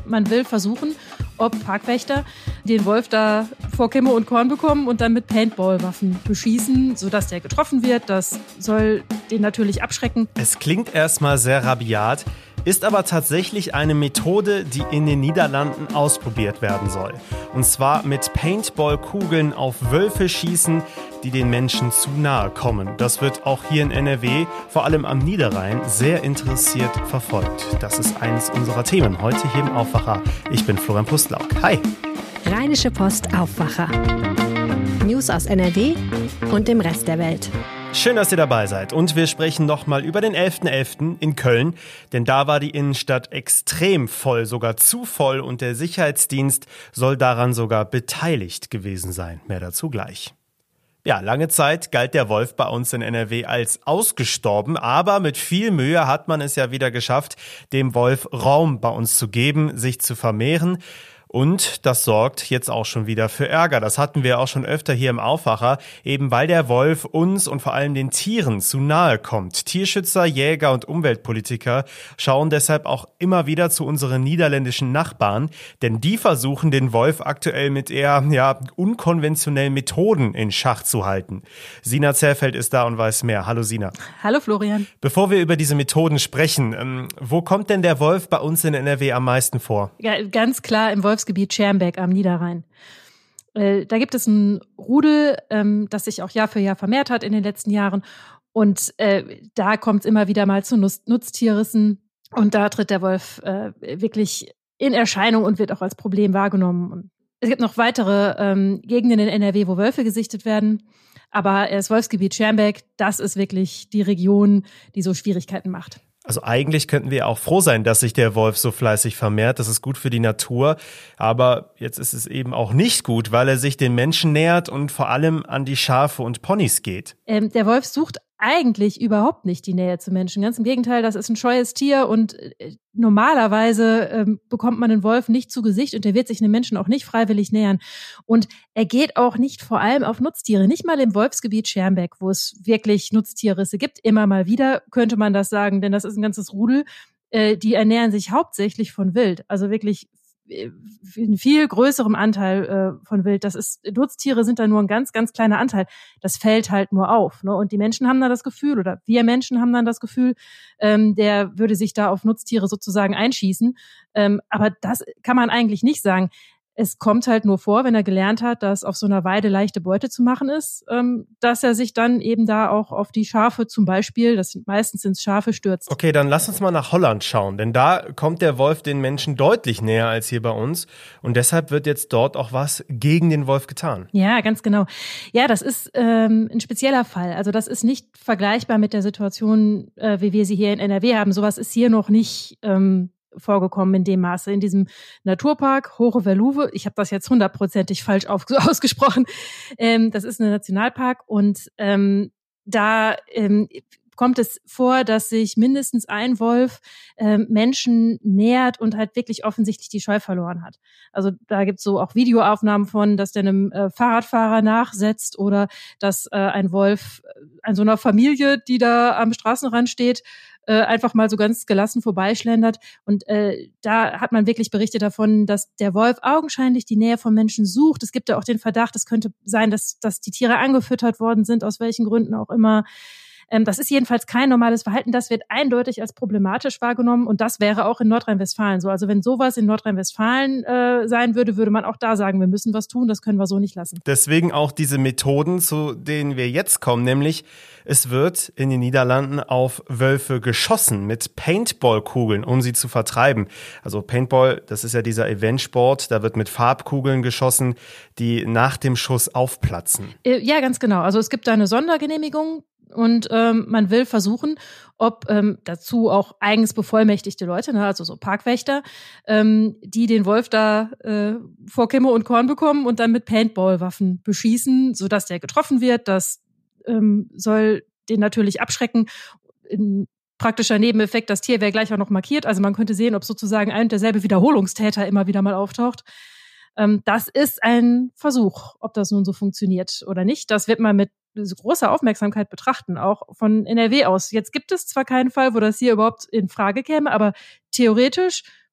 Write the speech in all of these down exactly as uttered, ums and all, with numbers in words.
Man will versuchen, ob Parkwächter den Wolf da vor Kimme und Korn bekommen und dann mit Paintball-Waffen beschießen, sodass der getroffen wird. Das soll den natürlich abschrecken. Es klingt erstmal sehr rabiat, ist aber tatsächlich eine Methode, die in den Niederlanden ausprobiert werden soll. Und zwar mit Paintball-Kugeln auf Wölfe schießen, die den Menschen zu nahe kommen. Das wird auch hier in N R W, vor allem am Niederrhein, sehr interessiert verfolgt. Das ist eines unserer Themen heute hier im Aufwacher. Ich bin Florian Pustlauk. Hi! Rheinische Post Aufwacher. News aus N R W und dem Rest der Welt. Schön, dass ihr dabei seid. Und wir sprechen nochmal über den elften elften in Köln. Denn da war die Innenstadt extrem voll, sogar zu voll. Und der Sicherheitsdienst soll daran sogar beteiligt gewesen sein. Mehr dazu gleich. Ja, lange Zeit galt der Wolf bei uns in N R W als ausgestorben, aber mit viel Mühe hat man es ja wieder geschafft, dem Wolf Raum bei uns zu geben, sich zu vermehren. Und das sorgt jetzt auch schon wieder für Ärger. Das hatten wir auch schon öfter hier im Aufwacher, eben weil der Wolf uns und vor allem den Tieren zu nahe kommt. Tierschützer, Jäger und Umweltpolitiker schauen deshalb auch immer wieder zu unseren niederländischen Nachbarn, denn die versuchen den Wolf aktuell mit eher ja, unkonventionellen Methoden in Schach zu halten. Sina Zerfeld ist da und weiß mehr. Hallo Sina. Hallo Florian. Bevor wir über diese Methoden sprechen, ähm, wo kommt denn der Wolf bei uns in N R W am meisten vor? Ja, ganz klar im Wolf Gebiet Schermbeck am Niederrhein. Äh, da gibt es ein Rudel, ähm, das sich auch Jahr für Jahr vermehrt hat in den letzten Jahren. Und äh, da kommt es immer wieder mal zu Nutz- Nutztierrissen. Und da tritt der Wolf äh, wirklich in Erscheinung und wird auch als Problem wahrgenommen. Und es gibt noch weitere ähm, Gegenden in N R W, wo Wölfe gesichtet werden. Aber das Wolfsgebiet Schermbeck, das ist wirklich die Region, die so Schwierigkeiten macht. Also eigentlich könnten wir auch froh sein, dass sich der Wolf so fleißig vermehrt. Das ist gut für die Natur. Aber jetzt ist es eben auch nicht gut, weil er sich den Menschen nähert und vor allem an die Schafe und Ponys geht. Ähm, der Wolf sucht eigentlich überhaupt nicht die Nähe zu Menschen. Ganz im Gegenteil, das ist ein scheues Tier und äh, normalerweise ähm, bekommt man den Wolf nicht zu Gesicht und der wird sich einem Menschen auch nicht freiwillig nähern. Und er geht auch nicht vor allem auf Nutztiere. Nicht mal im Wolfsgebiet Schermbeck, wo es wirklich Nutztierrisse gibt. Immer mal wieder könnte man das sagen, denn das ist ein ganzes Rudel. Äh, die ernähren sich hauptsächlich von Wild. Also wirklich einen viel größerem Anteil äh, von Wild. Das ist, Nutztiere sind da nur ein ganz, ganz kleiner Anteil. Das fällt halt nur auf. Ne? Und die Menschen haben dann das Gefühl, oder wir Menschen haben dann das Gefühl, ähm, der würde sich da auf Nutztiere sozusagen einschießen. Ähm, aber das kann man eigentlich nicht sagen. Es kommt halt nur vor, wenn er gelernt hat, dass auf so einer Weide leichte Beute zu machen ist, ähm, dass er sich dann eben da auch auf die Schafe zum Beispiel, das sind meistens sind's Schafe, stürzt. Okay, dann lass uns mal nach Holland schauen, denn da kommt der Wolf den Menschen deutlich näher als hier bei uns und deshalb wird jetzt dort auch was gegen den Wolf getan. Ja, ganz genau. Ja, das ist ähm, ein spezieller Fall. Also das ist nicht vergleichbar mit der Situation, äh, wie wir sie hier in N R W haben. Sowas ist hier noch nicht ähm, vorgekommen in dem Maße. In diesem Naturpark Hohe Verluwe, ich habe das jetzt hundertprozentig falsch auf, ausgesprochen, ähm, das ist ein Nationalpark und ähm, da ähm, kommt es vor, dass sich mindestens ein Wolf ähm, Menschen nähert und halt wirklich offensichtlich die Scheu verloren hat. Also da gibt's so auch Videoaufnahmen von, dass der einem äh, Fahrradfahrer nachsetzt oder dass äh, ein Wolf an so einer Familie, die da am Straßenrand steht, äh, einfach mal so ganz gelassen vorbeischlendert. Und äh, da hat man wirklich Berichte davon, dass der Wolf augenscheinlich die Nähe von Menschen sucht. Es gibt ja auch den Verdacht, es könnte sein, dass, dass die Tiere angefüttert worden sind, aus welchen Gründen auch immer. Ähm, das ist jedenfalls kein normales Verhalten. Das wird eindeutig als problematisch wahrgenommen und das wäre auch in Nordrhein-Westfalen so. Also wenn sowas in Nordrhein-Westfalen äh, sein würde, würde man auch da sagen, wir müssen was tun, das können wir so nicht lassen. Deswegen auch diese Methoden, zu denen wir jetzt kommen, nämlich es wird in den Niederlanden auf Wölfe geschossen mit Paintball-Kugeln, um sie zu vertreiben. Also Paintball, das ist ja dieser Eventsport, da wird mit Farbkugeln geschossen, die nach dem Schuss aufplatzen. Äh, ja, ganz genau. Also es gibt da eine Sondergenehmigung. Und ähm, man will versuchen, ob ähm, dazu auch eigens bevollmächtigte Leute, ne, also so Parkwächter, ähm, die den Wolf da äh, vor Kimme und Korn bekommen und dann mit Paintball-Waffen beschießen, sodass der getroffen wird. Das ähm, soll den natürlich abschrecken. Ein praktischer Nebeneffekt, das Tier wäre gleich auch noch markiert. Also man könnte sehen, ob sozusagen ein und derselbe Wiederholungstäter immer wieder mal auftaucht. Ähm, das ist ein Versuch, ob das nun so funktioniert oder nicht. Das wird man mit großer Aufmerksamkeit betrachten, auch von N R W aus. Jetzt gibt es zwar keinen Fall, wo das hier überhaupt in Frage käme, aber theoretisch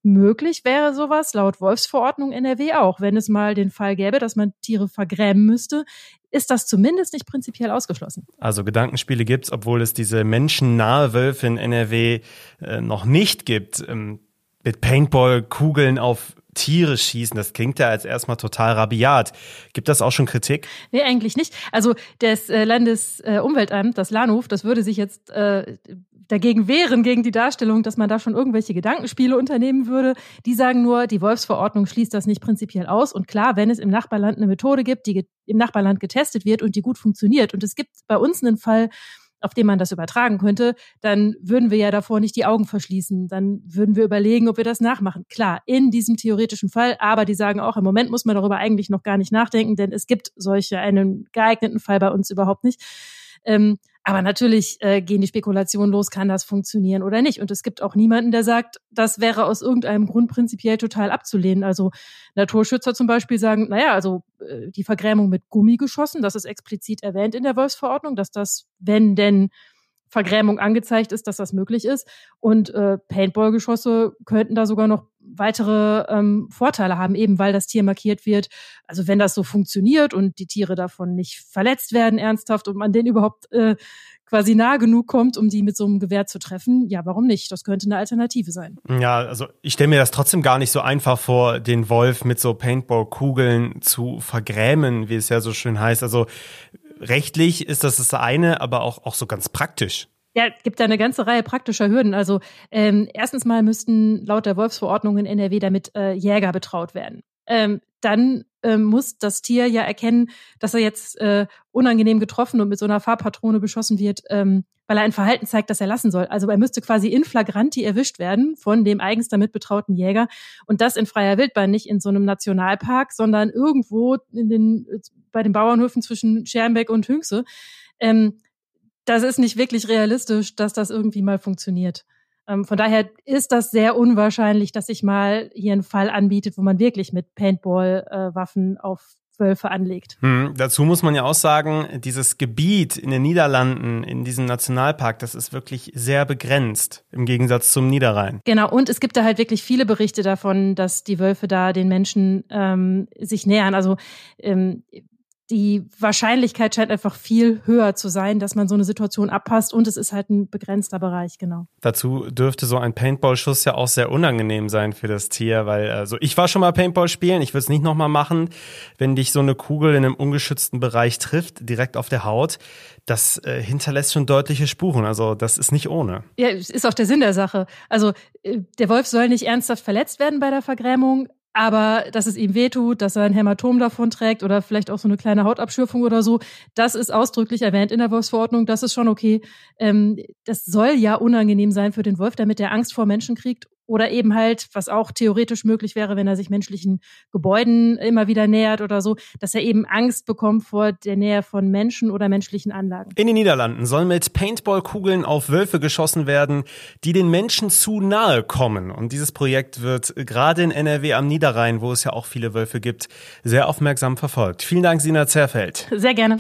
möglich wäre sowas laut Wolfsverordnung N R W auch. Wenn es mal den Fall gäbe, dass man Tiere vergrämen müsste, ist das zumindest nicht prinzipiell ausgeschlossen. Also Gedankenspiele gibt's, obwohl es diese menschennahe Wölfe in N R W äh, noch nicht gibt. Ähm, mit Paintball-Kugeln auf Tiere schießen, das klingt ja als erstmal total rabiat. Gibt das auch schon Kritik? Nee, eigentlich nicht. Also das äh, Landesumweltamt, äh, das LANUF, das würde sich jetzt äh, dagegen wehren, gegen die Darstellung, dass man da schon irgendwelche Gedankenspiele unternehmen würde. Die sagen nur, die Wolfsverordnung schließt das nicht prinzipiell aus. Und klar, wenn es im Nachbarland eine Methode gibt, die im Nachbarland getestet wird und die gut funktioniert, und es gibt bei uns einen Fall, auf den man das übertragen könnte, dann würden wir ja davor nicht die Augen verschließen. Dann würden wir überlegen, ob wir das nachmachen. Klar, in diesem theoretischen Fall, aber die sagen auch, im Moment muss man darüber eigentlich noch gar nicht nachdenken, denn es gibt solche, einen geeigneten Fall bei uns überhaupt nicht. Ähm, aber natürlich äh, gehen die Spekulationen los, kann das funktionieren oder nicht. Und es gibt auch niemanden, der sagt, das wäre aus irgendeinem Grund prinzipiell total abzulehnen. Also Naturschützer zum Beispiel sagen, naja, also äh, die Vergrämung mit Gummi geschossen, das ist explizit erwähnt in der Wolfsverordnung, dass das, wenn denn Vergrämung angezeigt ist, dass das möglich ist. Und äh, Paintball-Geschosse könnten da sogar noch weitere ähm, Vorteile haben, eben weil das Tier markiert wird. Also wenn das so funktioniert und die Tiere davon nicht verletzt werden ernsthaft und man denen überhaupt äh, quasi nah genug kommt, um die mit so einem Gewehr zu treffen, ja, warum nicht? Das könnte eine Alternative sein. Ja, also ich stelle mir das trotzdem gar nicht so einfach vor, den Wolf mit so Paintball-Kugeln zu vergrämen, wie es ja so schön heißt. Also rechtlich ist das das eine, aber auch, auch so ganz praktisch. Ja, es gibt da eine ganze Reihe praktischer Hürden. Also ähm, erstens mal müssten laut der Wolfsverordnung in N R W damit äh, Jäger betraut werden. Ähm, dann ähm, muss das Tier ja erkennen, dass er jetzt äh, unangenehm getroffen und mit so einer Farbpatrone beschossen wird, ähm, weil er ein Verhalten zeigt, das er lassen soll. Also er müsste quasi in flagranti erwischt werden von dem eigens damit betrauten Jäger. Und das in freier Wildbahn, nicht in so einem Nationalpark, sondern irgendwo in den bei den Bauernhöfen zwischen Schermbeck und Hünxe. Ähm, das ist nicht wirklich realistisch, dass das irgendwie mal funktioniert. Ähm, von daher ist das sehr unwahrscheinlich, dass sich mal hier ein Fall anbietet, wo man wirklich mit Paintball-Waffen äh, auf Wölfe anlegt. Hm, dazu muss man ja auch sagen, dieses Gebiet in den Niederlanden, in diesem Nationalpark, das ist wirklich sehr begrenzt im Gegensatz zum Niederrhein. Genau, und es gibt da halt wirklich viele Berichte davon, dass die Wölfe da den Menschen ähm, sich nähern. Also ähm, die Wahrscheinlichkeit scheint einfach viel höher zu sein, dass man so eine Situation abpasst, und es ist halt ein begrenzter Bereich, genau. Dazu dürfte so ein Paintball-Schuss ja auch sehr unangenehm sein für das Tier, weil also ich war schon mal Paintball spielen, ich würde es nicht nochmal machen, wenn dich so eine Kugel in einem ungeschützten Bereich trifft, direkt auf der Haut, das äh, hinterlässt schon deutliche Spuren, also das ist nicht ohne. Ja, es ist auch der Sinn der Sache. Also äh, der Wolf soll nicht ernsthaft verletzt werden bei der Vergrämung, aber dass es ihm wehtut, dass er ein Hämatom davon trägt oder vielleicht auch so eine kleine Hautabschürfung oder so, das ist ausdrücklich erwähnt in der Wolfsverordnung, das ist schon okay. Ähm, das soll ja unangenehm sein für den Wolf, damit er Angst vor Menschen kriegt. Oder eben halt, was auch theoretisch möglich wäre, wenn er sich menschlichen Gebäuden immer wieder nähert oder so, dass er eben Angst bekommt vor der Nähe von Menschen oder menschlichen Anlagen. In den Niederlanden soll mit Paintball-Kugeln auf Wölfe geschossen werden, die den Menschen zu nahe kommen. Und dieses Projekt wird gerade in N R W am Niederrhein, wo es ja auch viele Wölfe gibt, sehr aufmerksam verfolgt. Vielen Dank, Sina Zerfeld. Sehr gerne.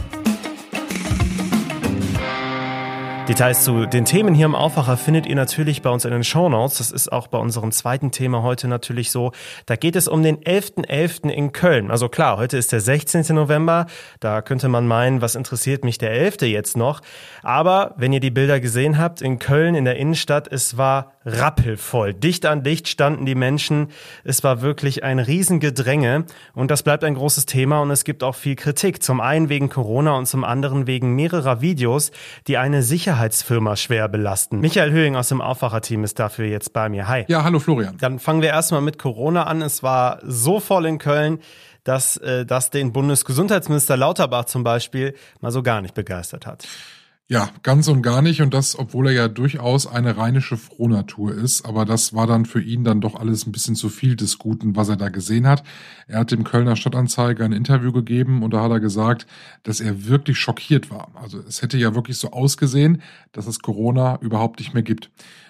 Details zu den Themen hier im Aufwacher findet ihr natürlich bei uns in den Shownotes. Das ist auch bei unserem zweiten Thema heute natürlich so. Da geht es um den elften elften in Köln. Also klar, heute ist der sechzehnten November. Da könnte man meinen, was interessiert mich der elfte jetzt noch? Aber wenn ihr die Bilder gesehen habt, in Köln, in der Innenstadt, es war rappelvoll. Dicht an dicht standen die Menschen. Es war wirklich ein Riesengedränge. Und das bleibt ein großes Thema und es gibt auch viel Kritik. Zum einen wegen Corona und zum anderen wegen mehrerer Videos, die eine Sicherheitsfirma schwer belasten. Michael Höhing aus dem Aufwacher-Team ist dafür jetzt bei mir. Hi. Ja, hallo Florian. Dann fangen wir erstmal mit Corona an. Es war so voll in Köln, dass äh, das den Bundesgesundheitsminister Lauterbach zum Beispiel mal so gar nicht begeistert hat. Ja, ganz und gar nicht, und das, obwohl er ja durchaus eine rheinische Frohnatur ist, aber das war dann für ihn dann doch alles ein bisschen zu viel des Guten, was er da gesehen hat. Er hat dem Kölner Stadtanzeiger ein Interview gegeben und da hat er gesagt, dass er wirklich schockiert war. Also es hätte ja wirklich so ausgesehen, dass es Corona überhaupt nicht mehr gibt.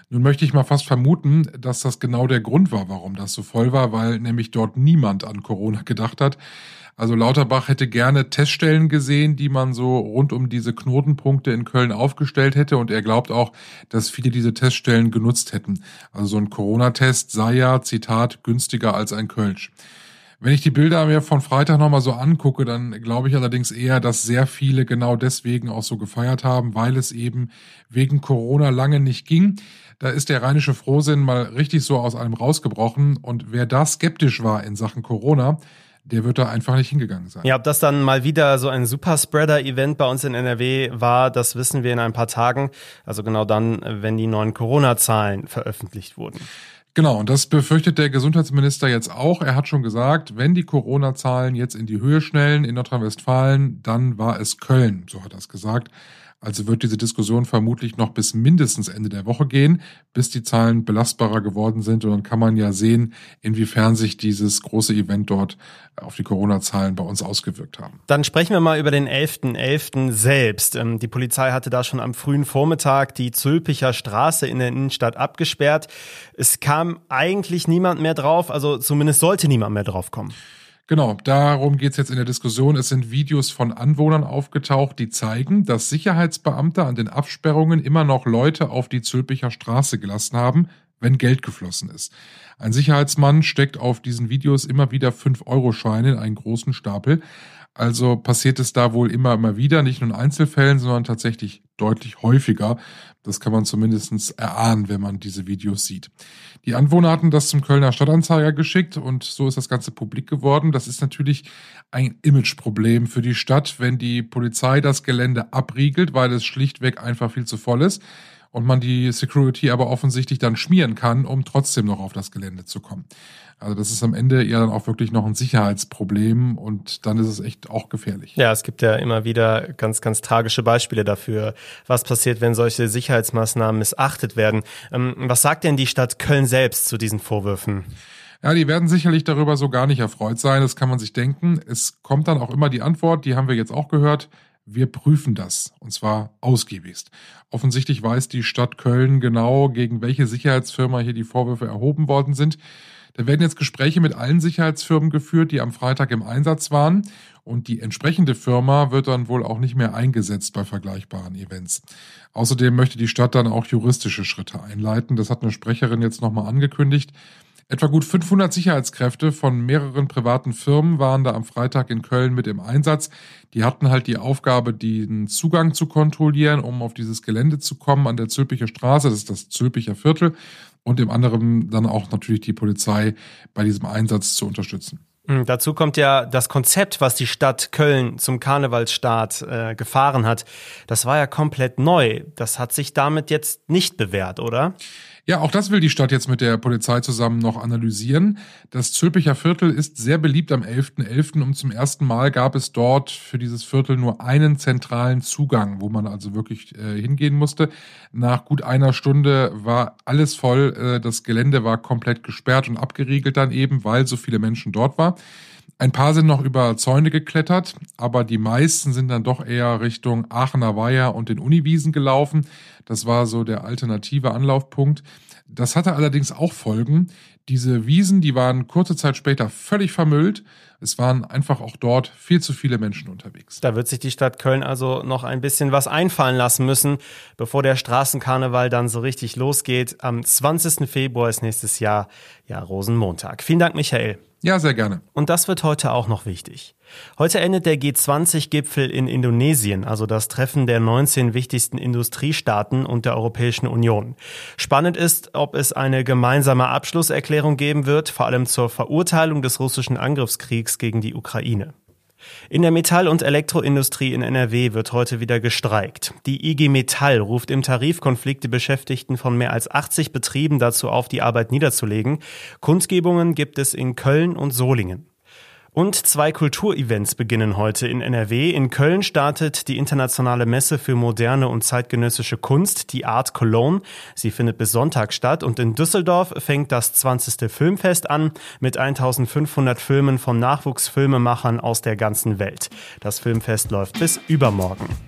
Nun möchte ich mal fast vermuten, dass das genau der Grund war, warum das so voll war, weil nämlich dort niemand an Corona gedacht hat. Also Lauterbach hätte gerne Teststellen gesehen, die man so rund um diese Knotenpunkte in Köln aufgestellt hätte. Und er glaubt auch, dass viele diese Teststellen genutzt hätten. Also so ein Corona-Test sei ja, Zitat, günstiger als ein Kölsch. Wenn ich die Bilder mir von Freitag nochmal so angucke, dann glaube ich allerdings eher, dass sehr viele genau deswegen auch so gefeiert haben, weil es eben wegen Corona lange nicht ging. Da ist der rheinische Frohsinn mal richtig so aus allem rausgebrochen. Und wer da skeptisch war in Sachen Corona, der wird da einfach nicht hingegangen sein. Ja, ob das dann mal wieder so ein Superspreader-Event bei uns in N R W war, das wissen wir in ein paar Tagen. Also genau dann, wenn die neuen Corona-Zahlen veröffentlicht wurden. Genau, und das befürchtet der Gesundheitsminister jetzt auch. Er hat schon gesagt, wenn die Corona-Zahlen jetzt in die Höhe schnellen in Nordrhein-Westfalen, dann war es Köln, so hat er es gesagt. Also wird diese Diskussion vermutlich noch bis mindestens Ende der Woche gehen, bis die Zahlen belastbarer geworden sind. Und dann kann man ja sehen, inwiefern sich dieses große Event dort auf die Corona-Zahlen bei uns ausgewirkt haben. Dann sprechen wir mal über den elften elften selbst. Die Polizei hatte da schon am frühen Vormittag die Zülpicher Straße in der Innenstadt abgesperrt. Es kam eigentlich niemand mehr drauf, also zumindest sollte niemand mehr drauf kommen. Genau, darum geht's jetzt in der Diskussion. Es sind Videos von Anwohnern aufgetaucht, die zeigen, dass Sicherheitsbeamte an den Absperrungen immer noch Leute auf die Zülpicher Straße gelassen haben, wenn Geld geflossen ist. Ein Sicherheitsmann steckt auf diesen Videos immer wieder fünf Euro Scheine in einen großen Stapel. Also passiert es da wohl immer, immer wieder, nicht nur in Einzelfällen, sondern tatsächlich deutlich häufiger. Das kann man zumindest erahnen, wenn man diese Videos sieht. Die Anwohner hatten das zum Kölner Stadtanzeiger geschickt und so ist das Ganze publik geworden. Das ist natürlich ein Imageproblem für die Stadt, wenn die Polizei das Gelände abriegelt, weil es schlichtweg einfach viel zu voll ist und man die Security aber offensichtlich dann schmieren kann, um trotzdem noch auf das Gelände zu kommen. Also das ist am Ende ja dann auch wirklich noch ein Sicherheitsproblem und dann ist es echt auch gefährlich. Ja, es gibt ja immer wieder ganz, ganz tragische Beispiele dafür, was passiert, wenn solche Sicherheitsmaßnahmen missachtet werden. Was sagt denn die Stadt Köln selbst zu diesen Vorwürfen? Ja, die werden sicherlich darüber so gar nicht erfreut sein, das kann man sich denken. Es kommt dann auch immer die Antwort, die haben wir jetzt auch gehört, wir prüfen das, und zwar ausgiebigst. Offensichtlich weiß die Stadt Köln genau, gegen welche Sicherheitsfirma hier die Vorwürfe erhoben worden sind. Da werden jetzt Gespräche mit allen Sicherheitsfirmen geführt, die am Freitag im Einsatz waren. Und die entsprechende Firma wird dann wohl auch nicht mehr eingesetzt bei vergleichbaren Events. Außerdem möchte die Stadt dann auch juristische Schritte einleiten. Das hat eine Sprecherin jetzt nochmal angekündigt. Etwa gut fünfhundert Sicherheitskräfte von mehreren privaten Firmen waren da am Freitag in Köln mit im Einsatz. Die hatten halt die Aufgabe, den Zugang zu kontrollieren, um auf dieses Gelände zu kommen an der Zülpicher Straße. Das ist das Zülpicher Viertel. Und im anderen dann auch natürlich die Polizei bei diesem Einsatz zu unterstützen. Dazu kommt ja das Konzept, was die Stadt Köln zum Karnevalsstart äh, gefahren hat. Das war ja komplett neu. Das hat sich damit jetzt nicht bewährt, oder? Ja, auch das will die Stadt jetzt mit der Polizei zusammen noch analysieren. Das Zülpicher Viertel ist sehr beliebt am elften elften und zum ersten Mal gab es dort für dieses Viertel nur einen zentralen Zugang, wo man also wirklich äh, hingehen musste. Nach gut einer Stunde war alles voll, äh, das Gelände war komplett gesperrt und abgeriegelt dann eben, weil so viele Menschen dort waren. Ein paar sind noch über Zäune geklettert, aber die meisten sind dann doch eher Richtung Aachener Weiher und den Uniwiesen gelaufen. Das war so der alternative Anlaufpunkt. Das hatte allerdings auch Folgen. Diese Wiesen, die waren kurze Zeit später völlig vermüllt. Es waren einfach auch dort viel zu viele Menschen unterwegs. Da wird sich die Stadt Köln also noch ein bisschen was einfallen lassen müssen, bevor der Straßenkarneval dann so richtig losgeht. Am zwanzigsten Februar ist nächstes Jahr ja Rosenmontag. Vielen Dank, Michael. Ja, sehr gerne. Und das wird heute auch noch wichtig. Heute endet der G zwanzig Gipfel in Indonesien, also das Treffen der neunzehn wichtigsten Industriestaaten und der Europäischen Union. Spannend ist, ob es eine gemeinsame Abschlusserklärung geben wird, vor allem zur Verurteilung des russischen Angriffskriegs gegen die Ukraine. In der Metall- und Elektroindustrie in N R W wird heute wieder gestreikt. Die I G Metall ruft im Tarifkonflikt die Beschäftigten von mehr als achtzig Betrieben dazu auf, die Arbeit niederzulegen. Kundgebungen gibt es in Köln und Solingen. Und zwei Kulturevents beginnen heute in N R W. In Köln startet die internationale Messe für moderne und zeitgenössische Kunst, die Art Cologne. Sie findet bis Sonntag statt. Und in Düsseldorf fängt das zwanzigste Filmfest an mit eintausendfünfhundert Filmen von Nachwuchsfilmemachern aus der ganzen Welt. Das Filmfest läuft bis übermorgen.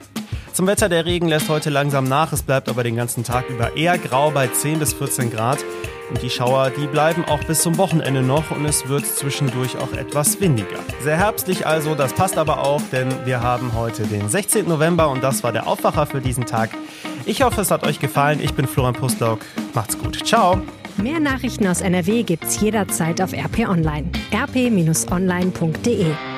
Zum Wetter: Der Regen lässt heute langsam nach, es bleibt aber den ganzen Tag über eher grau bei zehn bis vierzehn Grad. Und die Schauer, die bleiben auch bis zum Wochenende noch und es wird zwischendurch auch etwas windiger. Sehr herbstlich also, das passt aber auch, denn wir haben heute den sechzehnten November und das war der Aufwacher für diesen Tag. Ich hoffe, es hat euch gefallen. Ich bin Florian Pustlauk. Macht's gut. Ciao. Mehr Nachrichten aus N R W gibt's jederzeit auf R P Online. r p Bindestrich online punkt d e